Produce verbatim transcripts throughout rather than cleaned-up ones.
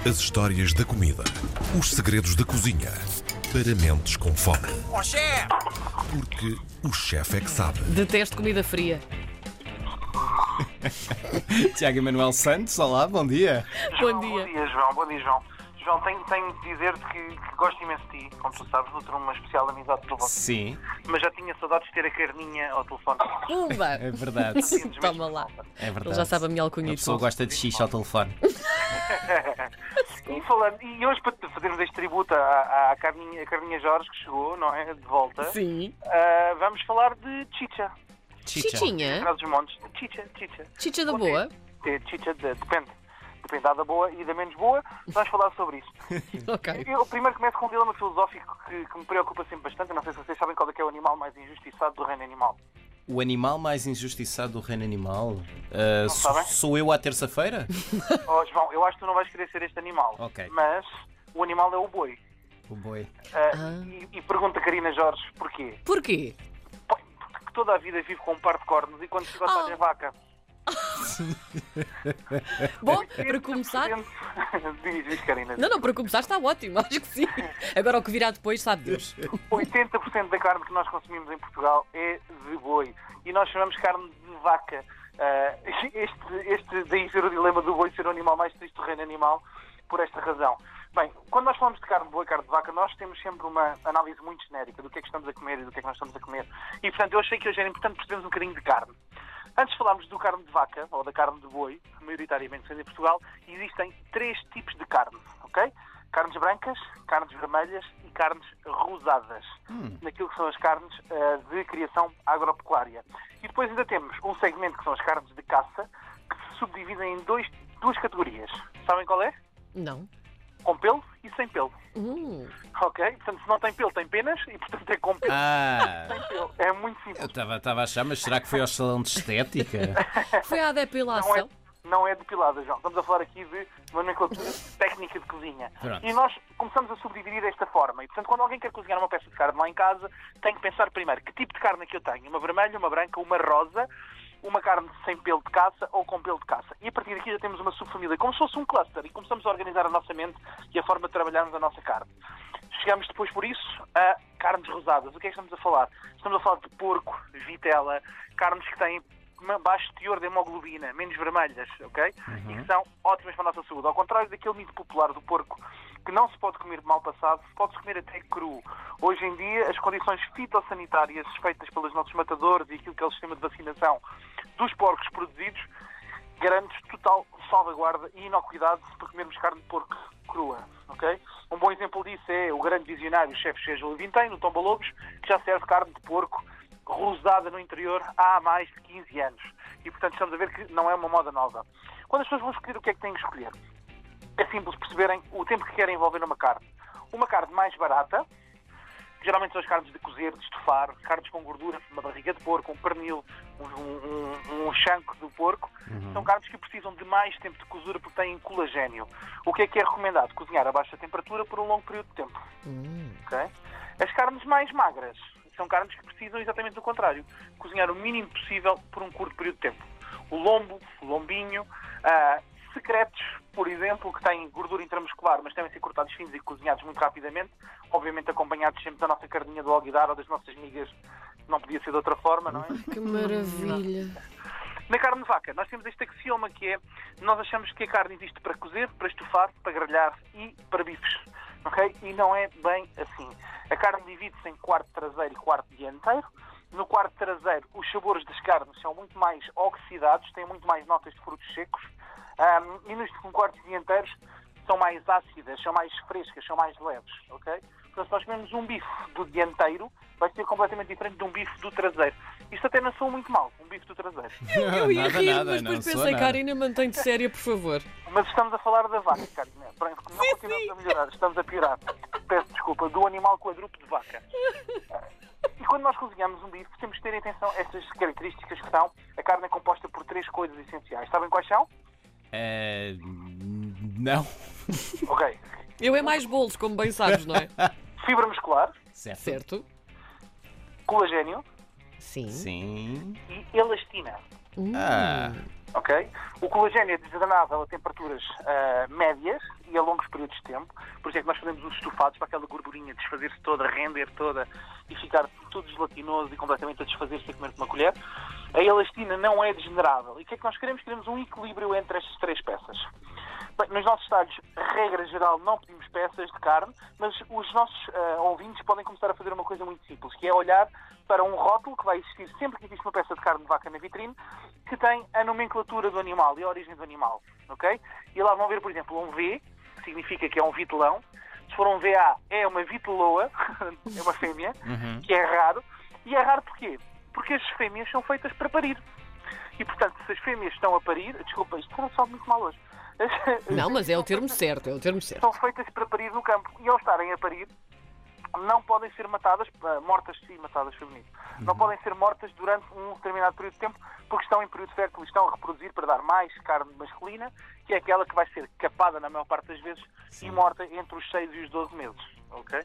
As histórias da comida. Os segredos da cozinha. Para mentes com fome. Ó chefe! Porque o chefe é que sabe. Detesto comida fria. Tiago Emanuel Santos, olá, bom dia. Bom João, dia. Bom dia, João. Bom dia, João. João, tenho, tenho de dizer-te que, que gosto imenso de ti, como tu sabes, nutro uma especial amizade por você. Sim, Mas já tinha saudades de ter a carninha ao telefone. Pumba! é verdade. Sinto Toma mesmo lá. falta. É verdade. Ele já sabe a minha A alcunha. pessoa gosta de xixi ao telefone. E, falando, e hoje, para fazermos este tributo à, à carninha, à carninha Jorge, que chegou, não é? De volta, Sim. ah, vamos falar de chicha. Chicha. Chichinha? Traz os montes. Chicha, chicha. Chicha da boa? É, chicha, de- depende. Depende da boa e da menos boa. Vamos falar sobre isso. Ok. Eu primeiro começo com um dilema filosófico que, que me preocupa sempre bastante. Eu não sei se vocês sabem qual é, que é o animal mais injustiçado do reino animal. O animal mais injustiçado do reino animal? Ah, so- sabem? sou eu à terça-feira? Oh, João, eu acho que tu não vais querer ser este animal. Ok. Mas o animal é o boi. O boi. Ah, Ah. E, e pergunta a Karina Jorge porquê. Porquê? Pô, porque toda a vida vive com um par de cornos e quando chega ao Ah. talho é vaca. Bom, para começar. diz, diz, Karina. Não, não, para começar está ótimo, acho que sim. Agora o que virá depois, sabe Deus. oitenta por cento da carne que nós consumimos em Portugal é de boi. E nós chamamos carne de vaca. Ah, este, este daí ser o dilema do boi ser o animal mais triste do reino animal, por esta razão. Bem, quando nós falamos de carne de boi e carne de vaca, nós temos sempre uma análise muito genérica do que é que estamos a comer e do que é que nós estamos a comer. E, portanto, eu achei que hoje era importante percebermos um bocadinho de carne. Antes de falarmos do carne de vaca, ou da carne de boi, maioritariamente sendo em Portugal, existem três tipos de carne, ok? Carnes brancas, carnes vermelhas e carnes rosadas, naquilo que são as carnes ah, de criação agropecuária. E depois ainda temos um segmento que são as carnes de caça, que se subdividem em dois, duas categorias. Sabem qual é? Não. Com pelo e sem pelo. Hum. Ok? Portanto, se não tem pelo, tem penas e, portanto, é com pelo. Ah, Sem pelo. É muito eu simples. estava a achar, mas será que foi ao salão de estética? Foi a Não é, depilação? não é depilada, João. Estamos a falar aqui de nomenclatura técnica de cozinha. Pronto. E nós começamos a subdividir desta forma. E, portanto, quando alguém quer cozinhar uma peça de carne lá em casa, tem que pensar primeiro que tipo de carne é que eu tenho. Uma vermelha, uma branca, uma rosa, uma carne sem pelo de caça ou com pelo de caça. E a partir daqui já temos uma subfamília, como se fosse um cluster, e começamos a organizar a nossa mente e a forma de trabalharmos a nossa carne. Chegamos depois, por isso, a carnes rosadas. O que é que estamos a falar? Estamos a falar de porco, vitela, carnes que têm baixo teor de hemoglobina, menos vermelhas, ok? E que são ótimas para a nossa saúde. Ao contrário daquele mito popular do porco que não se pode comer mal passado, pode-se comer até cru. Hoje em dia, as condições fitossanitárias feitas pelos nossos matadores e aquilo que é o sistema de vacinação dos porcos produzidos garante total salvaguarda e inocuidade para comermos carne de porco crua, ok? Um bom exemplo disso é o grande visionário chefe Sérgio Vintém, no Tomba Lobos, que já serve carne de porco rosada no interior há mais de quinze anos. E, portanto, estamos a ver que não é uma moda nova. Quando as pessoas vão escolher o que é que têm que escolher, é simples perceberem o tempo que querem envolver numa carne. Uma carne mais barata, que geralmente são as carnes de cozer, de estofar, carnes com gordura, uma barriga de porco, um pernil, um, um, um chanco do porco, são carnes que precisam de mais tempo de cozura porque têm colagênio. O que é que é recomendado? Cozinhar a baixa temperatura por um longo período de tempo. Ok? As carnes mais magras são carnes que precisam exatamente do contrário. Cozinhar o mínimo possível por um curto período de tempo. O lombo, o lombinho, ah, secretos, por exemplo, que têm gordura intramuscular, mas devem ser cortados finos e cozinhados muito rapidamente, obviamente acompanhados sempre da nossa carninha do alguidar ou das nossas migas, não podia ser de outra forma, não é? Que maravilha. Na carne de vaca, nós temos este axioma que é, nós achamos que a carne existe para cozer, para estufar, para grelhar e para bifes, ok? E não é bem assim. A carne divide-se em quarto traseiro e quarto dianteiro. No quarto traseiro, os sabores das carnes são muito mais oxidados, têm muito mais notas de frutos secos. Um, e nos quartos dianteiros são mais ácidas, são mais frescas, são mais leves, ok? Portanto, se nós comemos um bife do dianteiro, vai ser completamente diferente de um bife do traseiro. Isto até não soa muito mal, um bife do traseiro. Eu ia Nada, rir, nada, mas não depois sou pensei, nada. Karina, mantém-te séria, por favor. Mas estamos a falar da vaca, Karina. Pronto, não continuamos a melhorar, estamos a piorar. Peço desculpa, do animal quadrúpede de vaca. E quando nós cozinhamos um bife, temos que ter atenção a estas características que são: a carne é composta por três coisas essenciais. Sabem quais são? Eh, não. Ok. Eu é mais bolos, como bem sabes, não é? Fibra muscular, Certo. Certo? colagênio Sim. Sim. e elastina. Hum. Ah, ok? O colagênio é desagradável a temperaturas uh, médias e a longos períodos de tempo. Por isso é que nós fazemos os estofados para aquela gordurinha desfazer-se toda, render toda e ficar tudo gelatinoso e completamente a desfazer-se a comer com uma colher. A elastina não é degenerável. E o que é que nós queremos? Queremos um equilíbrio entre estas três peças. Bem, nos nossos talhos, regra geral, não pedimos peças de carne, mas os nossos uh, ouvintes podem começar a fazer uma coisa muito simples, que é olhar para um rótulo que vai existir sempre que existe uma peça de carne de vaca na vitrine, que tem a nomenclatura do animal e a origem do animal, ok? E lá vão ver, por exemplo, um V, que significa que é um vitelão. Se for um V A, é uma viteloa, é uma fêmea, Uhum. que é raro. E é raro porquê? Porque as fêmeas são feitas para parir. E, portanto, se as fêmeas estão a parir... Desculpa, isto era só muito mal hoje. Não, mas é o termo certo, é o termo certo. São feitas para parir no campo. E ao estarem a parir, não podem ser matadas, mortas sim, matadas feminino, não podem ser mortas durante um determinado período de tempo, porque estão em período fértil e estão a reproduzir para dar mais carne masculina, que é aquela que vai ser capada na maior parte das vezes Sim. e morta entre os seis e os doze meses, ok?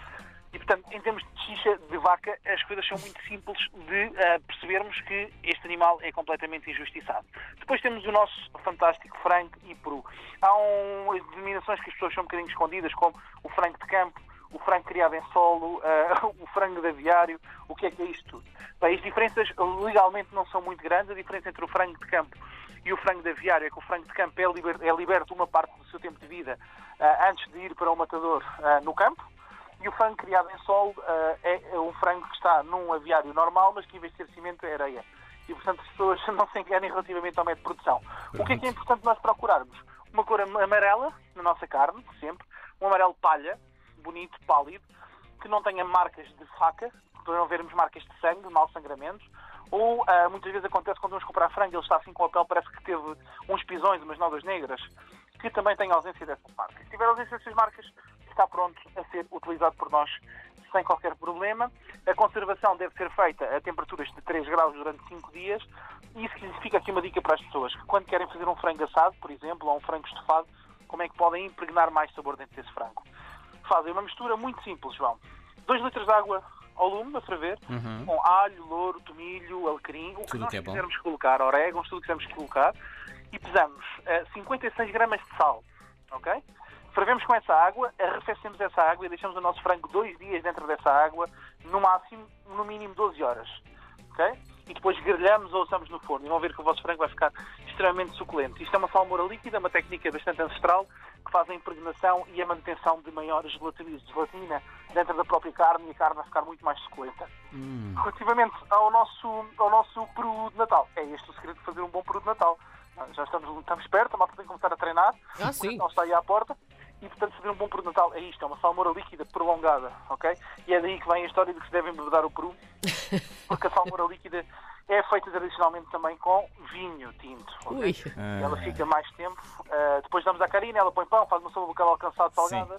E, portanto, em termos de xixa de vaca, as coisas são muito simples de uh, percebermos que este animal é completamente injustiçado. Depois temos o nosso fantástico frango e peru. Há um, denominações que as pessoas são um bocadinho escondidas, como o frango de campo, o frango criado em solo, uh, o frango de aviário. O que é que é isto tudo? Bem, as diferenças legalmente não são muito grandes. A diferença entre o frango de campo e o frango de aviário é que o frango de campo é, liber, é liberto uma parte do seu tempo de vida uh, antes de ir para o matador uh, no campo. E o frango criado em solo uh, é, é um frango que está num aviário normal, mas que em vez de ser cimento é areia. E, portanto, as pessoas não se enganem relativamente ao método de produção. Pronto. O que é que é importante nós procurarmos? Uma cor amarela na nossa carne, sempre. Um amarelo palha, bonito, pálido, que não tenha marcas de faca, para não vermos marcas de sangue, mal sangramentos. Ou, uh, muitas vezes acontece quando vamos comprar frango, ele está assim com a pele, parece que teve uns pisões, umas nodas negras, que também tem ausência dessas marcas. Se tiver ausência dessas marcas, está pronto a ser utilizado por nós sem qualquer problema. A conservação deve ser feita a temperaturas de três graus durante cinco dias. E isso significa aqui uma dica para as pessoas, que quando querem fazer um frango assado, por exemplo, ou um frango estofado, como é que podem impregnar mais sabor dentro desse frango? Fazem uma mistura muito simples, João. dois litros de água ao lume, a ferver, Uhum. com alho, louro, tomilho, alecrim, o que Tudo nós que é bom. quisermos colocar, orégãos, tudo o que quisermos colocar, e pesamos uh, cinquenta e seis gramas de sal, ok? Fervemos com essa água, arrefecemos essa água e deixamos o nosso frango dois dias dentro dessa água, no máximo, no mínimo doze horas, ok? E depois grelhamos ou assamos no forno e vão ver que o vosso frango vai ficar extremamente suculento. Isto é uma salmoura líquida, uma técnica bastante ancestral, que faz a impregnação e a manutenção de maior gelatina gelatina dentro da própria carne e a carne vai ficar muito mais suculenta. Hum. Relativamente ao nosso, ao nosso peru de Natal, é este o segredo de fazer um bom peru de Natal. Já estamos, estamos perto, a malta tem que começar a treinar, Ah, o sim. Natal está aí à porta. E, portanto, fazer um bom peru de Natal é isto, é uma salmoura líquida prolongada, ok? E é daí que vem a história de que se devem bebedar o peru, porque a salmoura líquida é feita tradicionalmente também com vinho tinto, ok? Ui. Ela fica mais tempo, uh, depois damos à Karina, ela põe pão, faz uma sopa bacalhau cansado salgada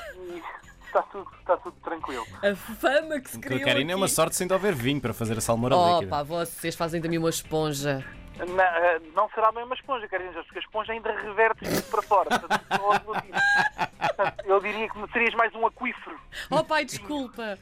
e está tudo, está tudo tranquilo. A fama que se Com a criou Karina é uma aqui. sorte sem de haver vinho para fazer a salmoura Oh, líquida. pá, vocês fazem de mim uma esponja. Não, uh, não será bem uma esponja, Karina, porque a esponja ainda reverte tudo para fora. Portanto, só aglutina. Portanto, eu diria que serias mais um aquífero. Oh, pai, desculpa.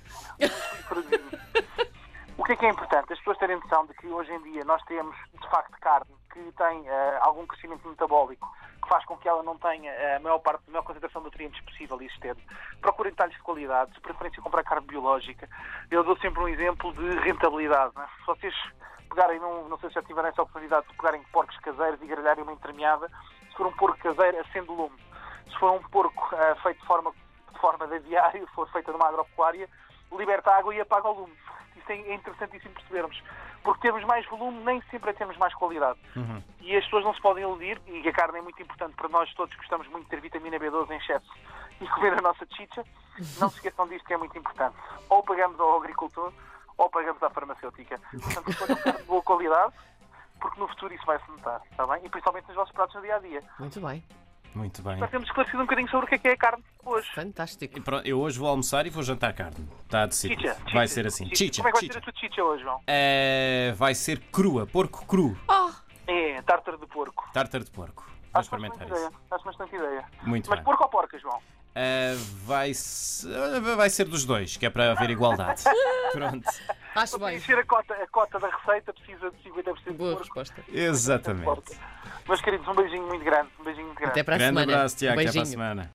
O que é que é importante? As pessoas terem noção de que hoje em dia nós temos, de facto, carne que tem uh, algum crescimento metabólico que faz com que ela não tenha a maior parte, a maior concentração de nutrientes possível existente. Procurem detalhes de qualidade, de preferência comprar carne biológica. Eu dou sempre um exemplo de rentabilidade. Né? Se vocês pegarem, num, não sei se já tiverem essa oportunidade de pegarem porcos caseiros e grelharem uma entremeada, se for um porco caseiro, acende o lume. Se for um porco uh, feito de forma, de forma de aviário, for feita numa agropecuária, liberta a água e apaga o lume. Isso é interessantíssimo percebermos. Porque temos mais volume, nem sempre é termos mais qualidade. Uhum. E as pessoas não se podem iludir, e a carne é muito importante para nós todos, gostamos muito de ter vitamina B doze em excesso e comer a nossa chicha. Não se esqueçam disto, que é muito importante. Ou pagamos ao agricultor, ou pagamos à farmacêutica. Portanto, escolham carne de boa qualidade, porque no futuro isso vai se notar, está bem? E principalmente nos vossos pratos no dia-a-dia. Muito bem. Muito bem. Nós temos esclarecido um bocadinho sobre o que é que é a carne hoje. Fantástico. E pronto, eu hoje vou almoçar e vou jantar carne. Está decidido. Chicha, Vai chicha, ser assim. chicha. Chicha, Como é que vai chicha. ser a tua chicha hoje, João? Eh, vai ser crua, porco cru. Oh, É, tártaro de porco. Tártaro de porco. Vou Acho experimentar bastante isso. ideia. Acho bastante ideia. Muito Mas bem. porco ou porca, João? Eh, vai, se- vai ser dos dois, que é para haver igualdade. Pronto. Acho Para bem. encher a cota, a cota da receita precisa de cinquenta por cento de Boa porco. resposta. Exatamente. Meus queridos, um beijinho muito grande. Um beijinho muito grande. Até para a Grande semana. abraço, Tiago. Até para a Beijinho. semana.